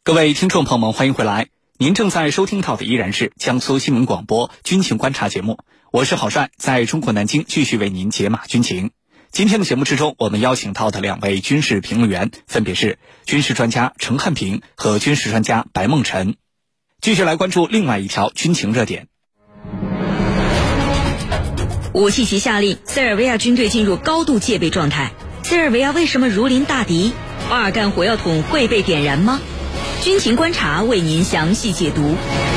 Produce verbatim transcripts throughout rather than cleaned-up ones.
各位听众朋友们，欢迎回来。您正在收听到的依然是江苏新闻广播军情观察节目，我是郝帅，在中国南京继续为您解码军情。今天的节目之中，我们邀请到的两位军事评论员分别是军事专家陈汉平和军事专家白梦辰。继续来关注另外一条军情热点。 武契奇下令塞尔维亚军队进入高度戒备状态。塞尔维亚为什么如临大敌？巴尔干火药桶会被点燃吗？军情观察为您详细解读。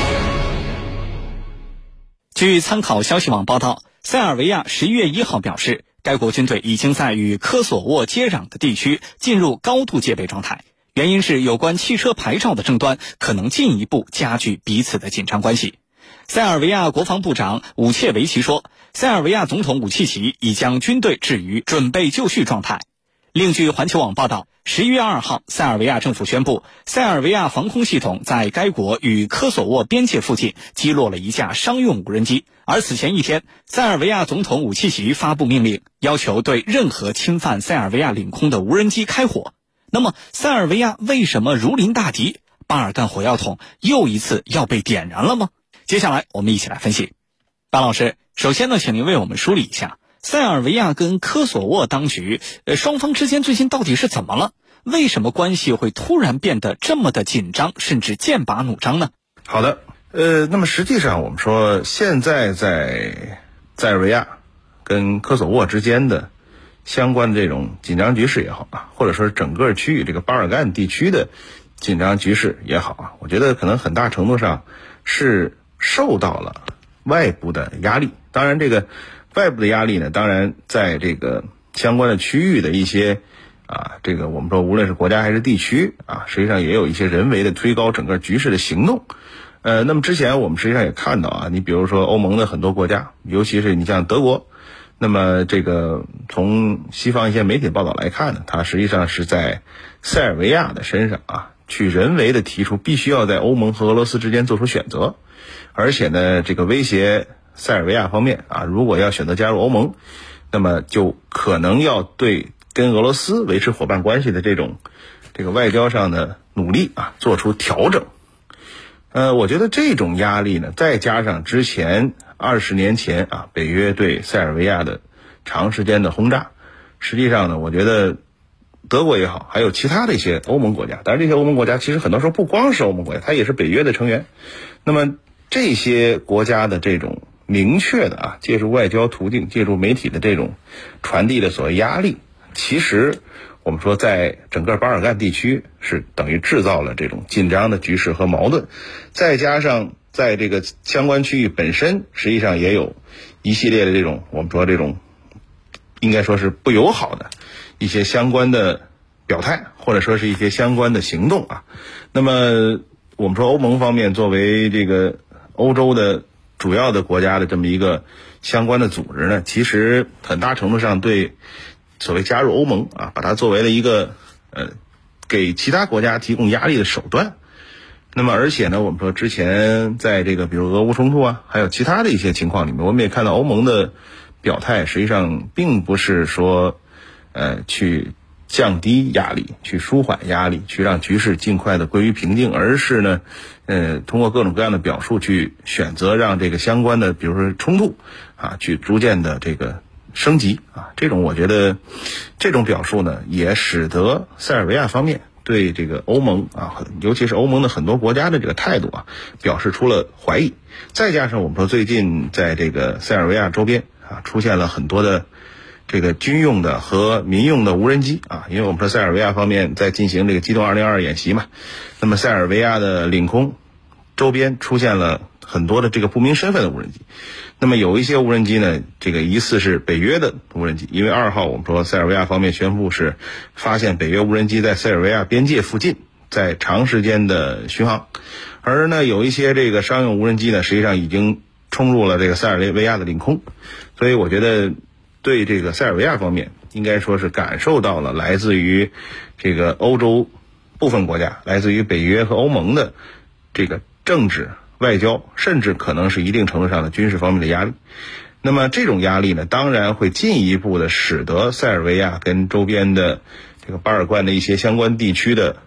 据参考消息网报道，塞尔维亚十一月一号表示，该国军队已经在与科索沃接壤的地区进入高度戒备状态，原因是有关汽车牌照的争端可能进一步加剧彼此的紧张关系。塞尔维亚国防部长武切维奇说，塞尔维亚总统武契奇已将军队置于准备就绪状态。另据环球网报道，十一月二号，塞尔维亚政府宣布，塞尔维亚防空系统在该国与科索沃边界附近击落了一架商用无人机。而此前一天，塞尔维亚总统武契奇发布命令，要求对任何侵犯塞尔维亚领空的无人机开火。那么，塞尔维亚为什么如临大敌？巴尔干火药桶又一次要被点燃了吗？接下来我们一起来分析。巴老师，首先呢，请您为我们梳理一下塞尔维亚跟科索沃当局，呃，双方之间最近到底是怎么了？为什么关系会突然变得这么的紧张，甚至剑拔弩张呢？ 好的，呃，那么实际上我们说，现在在塞尔维亚跟科索沃之间的相关的这种紧张局势也好啊，或者说是整个区域这个巴尔干地区的紧张局势也好啊，我觉得可能很大程度上是受到了外部的压力。当然，这个外部的压力呢，当然在这个相关的区域的一些啊，这个我们说无论是国家还是地区啊，实际上也有一些人为的推高整个局势的行动。呃，那么之前我们实际上也看到啊，你比如说欧盟的很多国家，尤其是你像德国，那么这个从西方一些媒体报道来看呢，它实际上是在塞尔维亚的身上啊，去人为的提出必须要在欧盟和俄罗斯之间做出选择，而且呢，这个威胁塞尔维亚方面啊，如果要选择加入欧盟，那么就可能要对跟俄罗斯维持伙伴关系的这种这个外交上的努力啊做出调整。呃，我觉得这种压力呢，再加上之前二十年前啊北约对塞尔维亚的长时间的轰炸，实际上呢，我觉得德国也好，还有其他的一些欧盟国家，当然这些欧盟国家其实很多时候不光是欧盟国家，它也是北约的成员。那么这些国家的这种明确的啊，借助外交途径，借助媒体的这种传递的所谓压力，其实我们说在整个巴尔干地区是等于制造了这种紧张的局势和矛盾，再加上在这个相关区域本身实际上也有一系列的这种我们说这种应该说是不友好的一些相关的表态，或者说是一些相关的行动啊。那么我们说欧盟方面作为这个欧洲的主要的国家的这么一个相关的组织呢，其实很大程度上对所谓加入欧盟啊，把它作为了一个呃给其他国家提供压力的手段。那么而且呢，我们说之前在这个比如俄乌冲突啊，还有其他的一些情况里面，我们也看到欧盟的表态实际上并不是说呃去降低压力，去舒缓压力，去让局势尽快的归于平静，而是呢呃通过各种各样的表述去选择让这个相关的比如说冲突啊去逐渐的这个升级啊。这种我觉得这种表述呢，也使得塞尔维亚方面对这个欧盟啊，尤其是欧盟的很多国家的这个态度啊，表示出了怀疑。再加上我们说最近在这个塞尔维亚周边啊，出现了很多的这个军用的和民用的无人机啊，因为我们说塞尔维亚方面在进行这个机动二零二二演习嘛，那么塞尔维亚的领空周边出现了很多的这个不明身份的无人机。那么有一些无人机呢，这个疑似是北约的无人机，因为二号我们说塞尔维亚方面宣布是发现北约无人机在塞尔维亚边界附近在长时间的巡航，而呢有一些这个商用无人机呢，实际上已经冲入了这个塞尔维亚的领空。所以我觉得对这个塞尔维亚方面应该说是感受到了来自于这个欧洲部分国家，来自于北约和欧盟的这个政治外交，甚至可能是一定程度上的军事方面的压力。那么这种压力呢，当然会进一步的使得塞尔维亚跟周边的这个巴尔干的一些相关地区的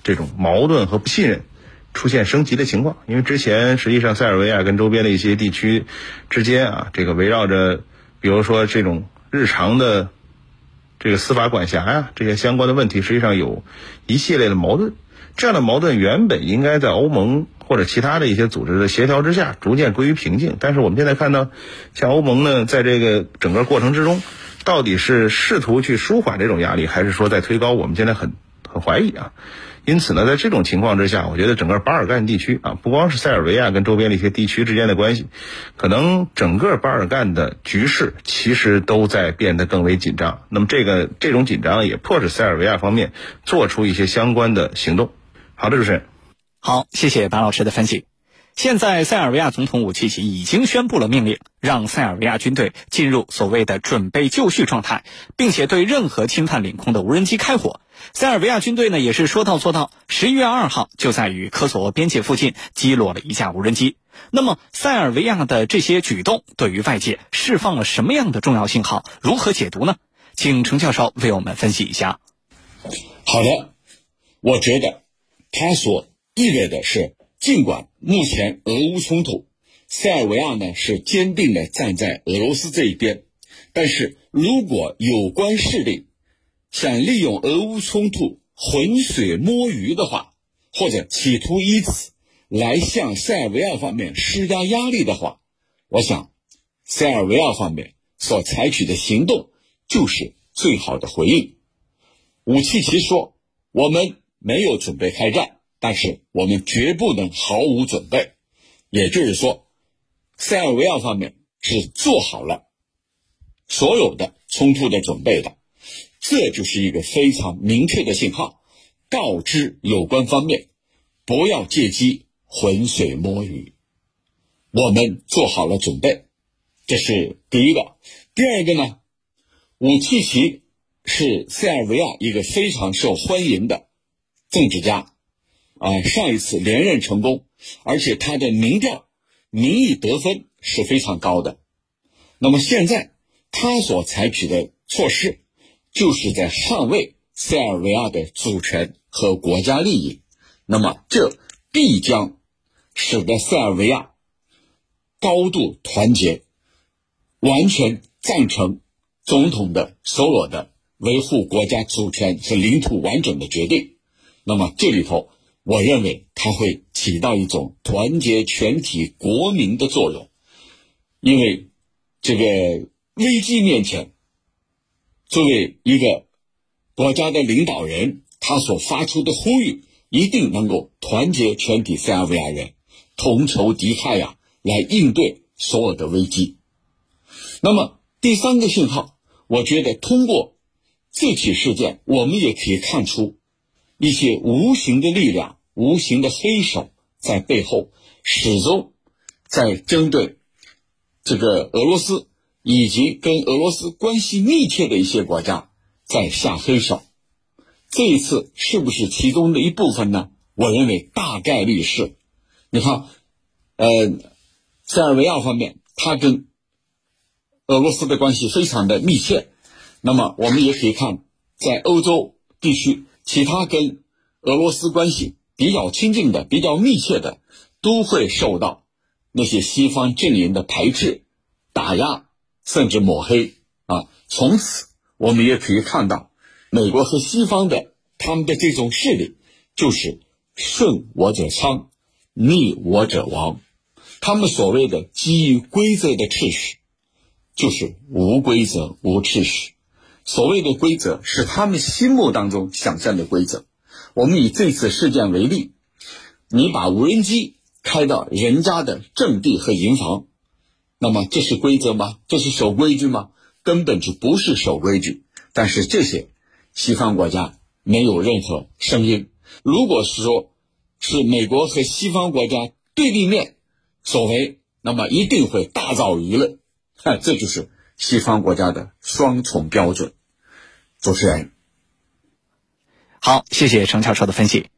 这种矛盾和不信任出现升级的情况。因为之前实际上塞尔维亚跟周边的一些地区之间啊，这个围绕着比如说这种日常的这个司法管辖呀、啊、这些相关的问题，实际上有一系列的矛盾。这样的矛盾原本应该在欧盟或者其他的一些组织的协调之下逐渐归于平静，但是我们现在看到像欧盟呢，在这个整个过程之中到底是试图去舒缓这种压力，还是说在推高，我们现在很很怀疑啊。因此呢，在这种情况之下，我觉得整个巴尔干地区啊，不光是塞尔维亚跟周边的一些地区之间的关系，可能整个巴尔干的局势其实都在变得更为紧张。那么这个这种紧张也迫使塞尔维亚方面做出一些相关的行动。好的，主持人。 好，谢谢白老师的分析。现在塞尔维亚总统武契奇已经宣布了命令，让塞尔维亚军队进入所谓的准备就绪状态，并且对任何侵犯领空的无人机开火。塞尔维亚军队呢也是说到做到，十一月二号就在与科索沃边界附近击落了一架无人机。那么塞尔维亚的这些举动对于外界释放了什么样的重要信号？如何解读呢？请程教授为我们分析一下。 好的，我觉得它所意味的是，尽管目前俄乌冲突，塞尔维亚呢是坚定地站在俄罗斯这一边，但是如果有关势力想利用俄乌冲突浑水摸鱼的话，或者企图以此来向塞尔维亚方面施加压力的话，我想塞尔维亚方面所采取的行动就是最好的回应。武契奇说，我们没有准备开战，但是我们绝不能毫无准备，也就是说塞尔维亚方面是做好了所有的冲突的准备的。这就是一个非常明确的信号，告知有关方面不要借机浑水摸鱼，我们做好了准备，这是第一个。第二个呢，武契奇是塞尔维亚一个非常受欢迎的政治家啊，上一次连任成功，而且他的民调民意得分是非常高的。那么现在他所采取的措施就是在捍卫塞尔维亚的主权和国家利益，那么这必将使得塞尔维亚高度团结，完全赞成总统的所有的维护国家主权和领土完整的决定。那么这里头我认为它会起到一种团结全体国民的作用，因为这个危机面前，作为一个国家的领导人，他所发出的呼吁一定能够团结全体塞尔维亚人，同仇敌忾呀，来应对所有的危机。那么第三个信号，我觉得通过这起事件，我们也可以看出一些无形的力量，无形的黑手在背后始终在针对这个俄罗斯以及跟俄罗斯关系密切的一些国家在下黑手。这一次是不是其中的一部分呢？我认为大概率是。你看呃，塞尔维亚方面他跟俄罗斯的关系非常的密切，那么我们也可以看在欧洲地区其他跟俄罗斯关系比较亲近的比较密切的都会受到那些西方阵营的排斥打压甚至抹黑啊。从此我们也可以看到美国和西方的他们的这种势力就是顺我者昌，逆我者亡。他们所谓的基于规则的秩序就是无规则无秩序，所谓的规则是他们心目当中想象的规则。我们以这次事件为例，你把无人机开到人家的阵地和营房，那么这是规则吗？这是守规矩吗？根本就不是守规矩。但是这些西方国家没有任何声音。如果是说是美国和西方国家对立面所为，那么一定会大造舆论。这就是西方国家的双重标准。主持人。 好，谢谢程教授的分析。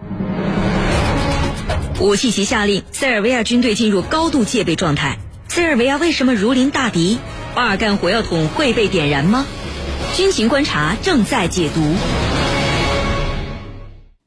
武契奇下令塞尔维亚军队进入高度戒备状态。塞尔维亚为什么如临大敌？巴尔干火药桶会被点燃吗？军情观察正在解读。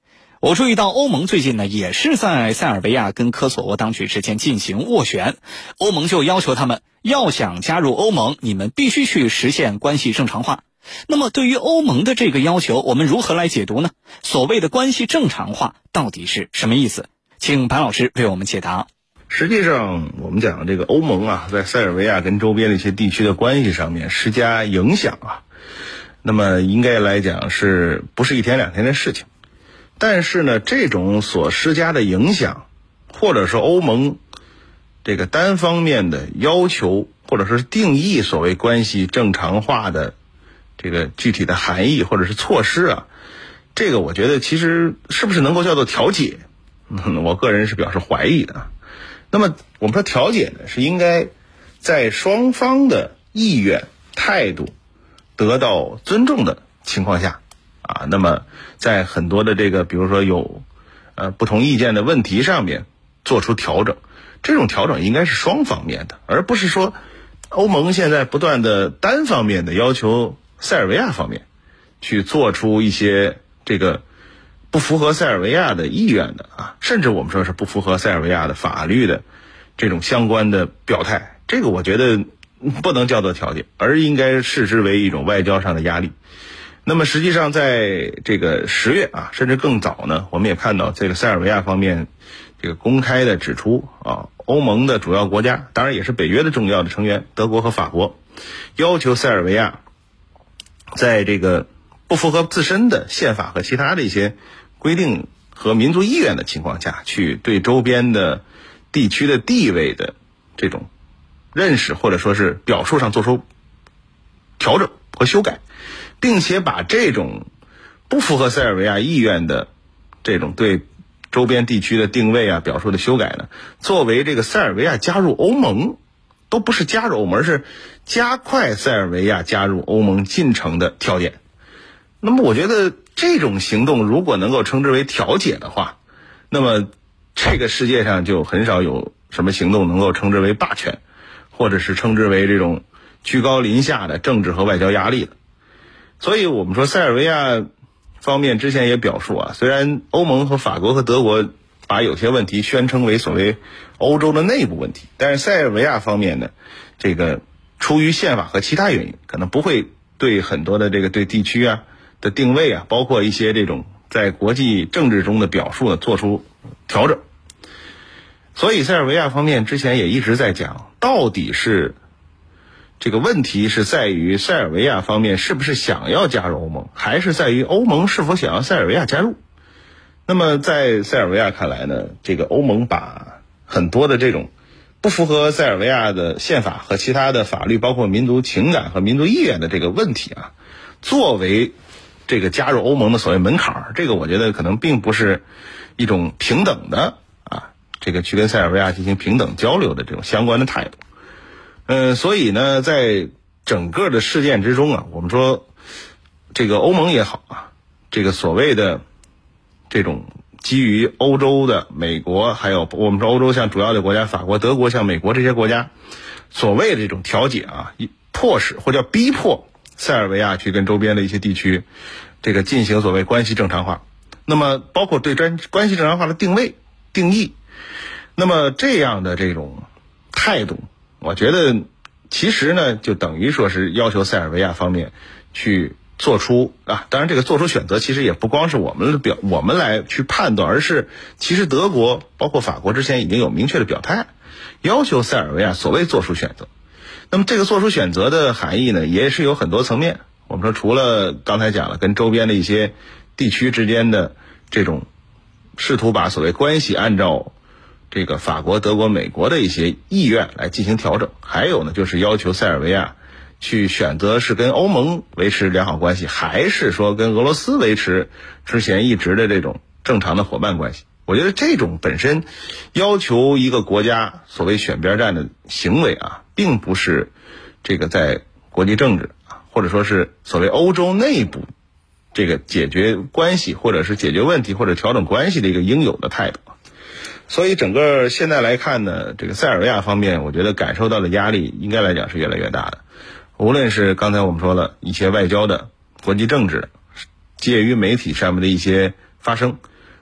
我注意到欧盟最近呢也是在塞尔维亚跟科索沃当局之间进行斡旋，欧盟就要求他们要想加入欧盟，你们必须去实现关系正常化。那么对于欧盟的这个要求，我们如何来解读呢？所谓的关系正常化到底是什么意思？请潘老师为我们解答。 实际上我们讲这个欧盟啊，在塞尔维亚跟周边的一些地区的关系上面施加影响啊，那么应该来讲是不是一天两天的事情。但是呢，这种所施加的影响，或者说欧盟这个单方面的要求，或者说是定义所谓关系正常化的这个具体的含义或者是措施啊，这个我觉得其实是不是能够叫做调解，嗯，我个人是表示怀疑的。那么我们说调解呢，是应该在双方的意愿态度得到尊重的情况下啊，那么在很多的这个比如说有呃不同意见的问题上面做出调整，这种调整应该是双方面的，而不是说欧盟现在不断的单方面的要求塞尔维亚方面去做出一些这个不符合塞尔维亚的意愿的啊，甚至我们说是不符合塞尔维亚的法律的这种相关的表态，这个我觉得不能叫做调解，而应该视之为一种外交上的压力。那么实际上在这个十月啊，甚至更早呢，我们也看到这个塞尔维亚方面这个公开的指出啊，欧盟的主要国家，当然也是北约的重要的成员德国和法国，要求塞尔维亚在这个不符合自身的宪法和其他的一些规定和民族意愿的情况下，去对周边的地区的地位的这种认识或者说是表述上做出调整和修改，并且把这种不符合塞尔维亚意愿的这种对周边地区的定位啊表述的修改呢，作为这个塞尔维亚加入欧盟，都不是加入欧盟，而是加快塞尔维亚加入欧盟进程的条件。那么我觉得这种行动如果能够称之为调解的话，那么这个世界上就很少有什么行动能够称之为霸权，或者是称之为这种居高临下的政治和外交压力了。所以我们说塞尔维亚方面之前也表述啊，虽然欧盟和法国和德国把有些问题宣称为所谓欧洲的内部问题，但是塞尔维亚方面呢，这个出于宪法和其他原因，可能不会对很多的这个对地区啊的定位啊，包括一些这种在国际政治中的表述呢做出调整。所以塞尔维亚方面之前也一直在讲，到底是这个问题是在于塞尔维亚方面是不是想要加入欧盟，还是在于欧盟是否想要塞尔维亚加入。那么在塞尔维亚看来呢，这个欧盟把很多的这种不符合塞尔维亚的宪法和其他的法律，包括民族情感和民族意愿的这个问题啊，作为这个加入欧盟的所谓门槛，这个我觉得可能并不是一种平等的啊，这个去跟塞尔维亚进行平等交流的这种相关的态度。嗯、呃，所以呢，在整个的事件之中啊，我们说这个欧盟也好啊，这个所谓的这种基于欧洲的美国，还有我们说欧洲像主要的国家法国、德国，像美国这些国家，所谓的这种调解啊，迫使或者叫逼迫塞尔维亚去跟周边的一些地区这个进行所谓关系正常化，那么包括对专关系正常化的定位定义，那么这样的这种态度，我觉得其实呢就等于说是要求塞尔维亚方面去做出啊，当然这个做出选择其实也不光是我们的表我们来去判断，而是其实德国包括法国之前已经有明确的表态，要求塞尔维亚所谓做出选择。那么这个做出选择的含义呢，也是有很多层面。我们说除了刚才讲了跟周边的一些地区之间的这种试图把所谓关系按照这个法国、德国、美国的一些意愿来进行调整，还有呢就是要求塞尔维亚去选择是跟欧盟维持良好关系，还是说跟俄罗斯维持之前一直的这种正常的伙伴关系。我觉得这种本身要求一个国家所谓选边站的行为啊，并不是这个在国际政治啊，或者说是所谓欧洲内部这个解决关系或者是解决问题或者调整关系的一个应有的态度。所以整个现在来看呢，这个塞尔维亚方面我觉得感受到的压力应该来讲是越来越大的，无论是刚才我们说了一些外交的、国际政治的、介于媒体上面的一些发声，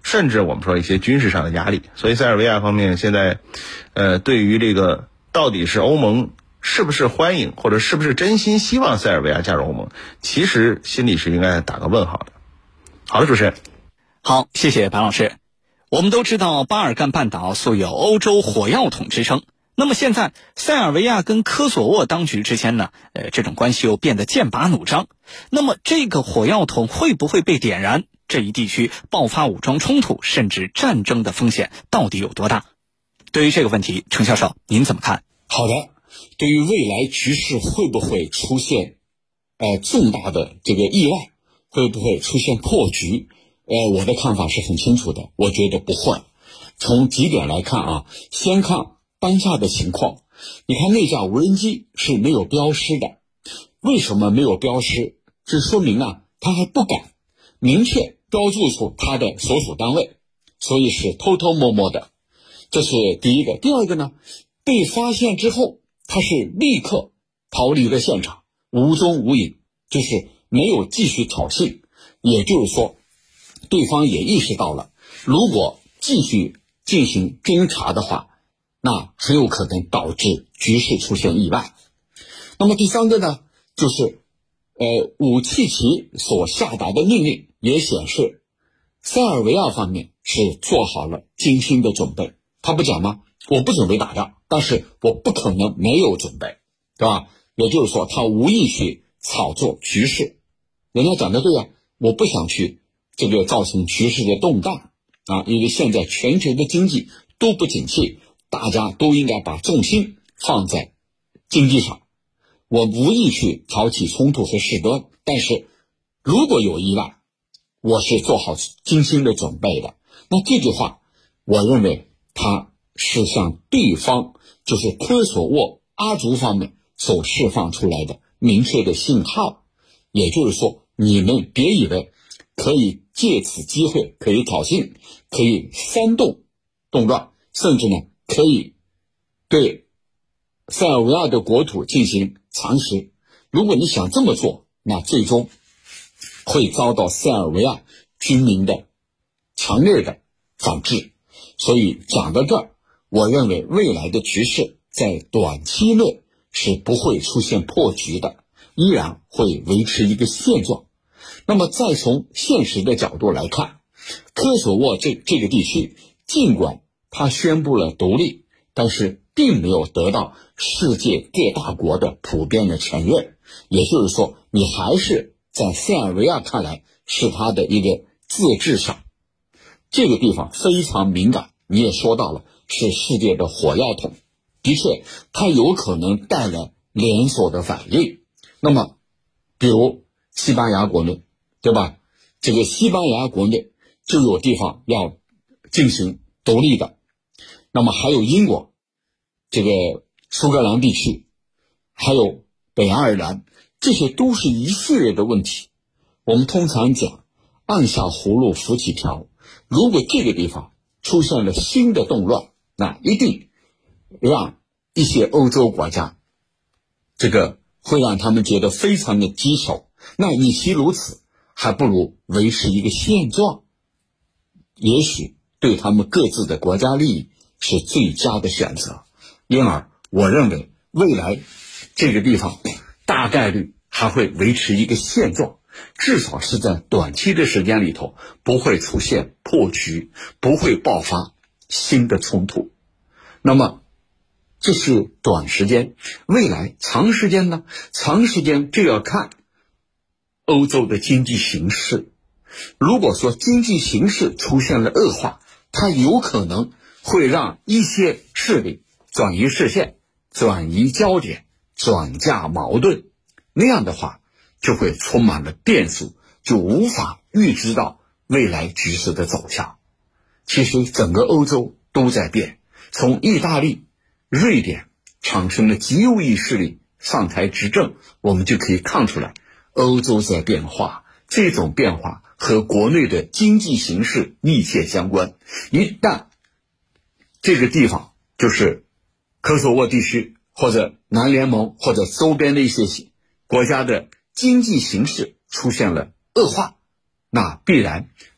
甚至我们说一些军事上的压力。所以塞尔维亚方面现在，呃，对于这个到底是欧盟是不是欢迎，或者是不是真心希望塞尔维亚加入欧盟，其实心里是应该打个问号的。好的，主持人。 好，谢谢白老师。我们都知道巴尔干半岛素有欧洲火药桶之称，那么现在塞尔维亚跟科索沃当局之间呢，呃，这种关系又变得剑拔弩张。那么这个火药桶会不会被点燃？这一地区爆发武装冲突甚至战争的风险到底有多大？对于这个问题，程教授您怎么看？ 好的，对于未来局势会不会出现呃重大的这个意外，会不会出现破局，呃我的看法是很清楚的，我觉得不会。从几点来看啊，先看当下的情况，你看那架无人机是没有标识的，为什么没有标识？这说明啊，他还不敢明确标注出他的所属单位，所以是偷偷摸摸的，这是第一个。第二个呢，被发现之后，他是立刻逃离了现场，无踪无影，就是没有继续挑衅。也就是说，对方也意识到了，如果继续进行侦查的话，那很有可能导致局势出现意外。那么第三个呢，就是呃，武契奇所下达的命令也显示，塞尔维亚方面是做好了精心的准备。他不讲吗？我不准备打仗，但是我不可能没有准备，对吧？也就是说，他无意去炒作局势。人家讲的对啊，我不想去这个造成局势的动荡啊，因为现在全球的经济都不景气，大家都应该把重心放在经济上。我无意去挑起冲突和事端，但是如果有意外，我是做好精心的准备的。那这句话，我认为它是向对方，就是科索沃阿族方面所释放出来的明确的信号。也就是说，你们别以为可以借此机会可以挑衅，可以煽动动乱，甚至呢可以对塞尔维亚的国土进行蚕食。如果你想这么做，那最终会遭到塞尔维亚军民的强烈的反制。所以讲到这儿，我认为未来的局势在短期内是不会出现破局的，依然会维持一个现状。那么再从现实的角度来看，科索沃这这个地区，尽管它宣布了独立，但是并没有得到世界各大国的普遍的承认。也就是说，你还是在塞尔维亚看来是它的一个自治省。这个地方非常敏感，你也说到了，是世界的火药桶，的确它有可能带来连锁的反应。那么比如西班牙国内，对吧？这个西班牙国内就有地方要进行独立的，那么还有英国，这个苏格兰地区，还有北爱尔兰，这些都是一系列的问题。我们通常讲按下葫芦浮起瓢，如果这个地方出现了新的动乱，那一定让一些欧洲国家这个会让他们觉得非常的棘手。那与其如此，还不如维持一个现状，也许对他们各自的国家利益是最佳的选择。因而我认为未来这个地方大概率还会维持一个现状，至少是在短期的时间里头不会出现破局，不会爆发新的冲突。那么这是短时间，未来长时间呢？长时间就要看欧洲的经济形势。如果说经济形势出现了恶化，它有可能会让一些势力转移视线，转移焦点，转嫁矛盾。那样的话就会充满了变数，就无法预知到未来局势的走向。其实整个欧洲都在变，从意大利、瑞典产生了极右翼势力上台执政，我们就可以看出来欧洲在变化。这种变化和国内的经济形势密切相关。一旦这个地方就是科索沃地区或者南联盟或者周边的一些国家的经济形势出现了恶化，那必然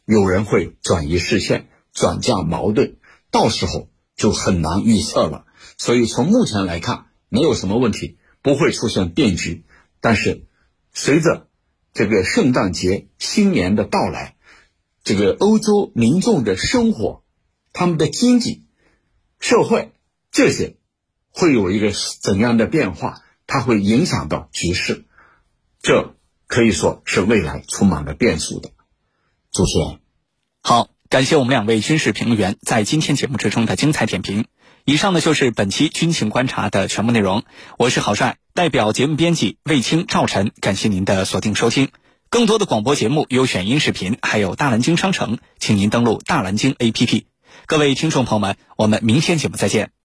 有人会转移视线，转嫁矛盾，到时候就很难预测了。所以从目前来看，没有什么问题，不会出现变局。但是随着这个圣诞节、新年的到来，这个欧洲民众的生活、他们的经济、社会这些会有一个怎样的变化，它会影响到局势，这可以说是未来充满了变数的。主持人， 好，感谢我们两位军事评论员在今天节目之中的精彩点评。以上呢就是本期军情观察的全部内容，我是郝帅，代表节目编辑卫青、赵晨，感谢您的锁定收听。更多的广播节目、优选音视频，还有大蓝鲸商城，请您登录大蓝鲸 A P P。各位听众朋友们，我们明天节目再见。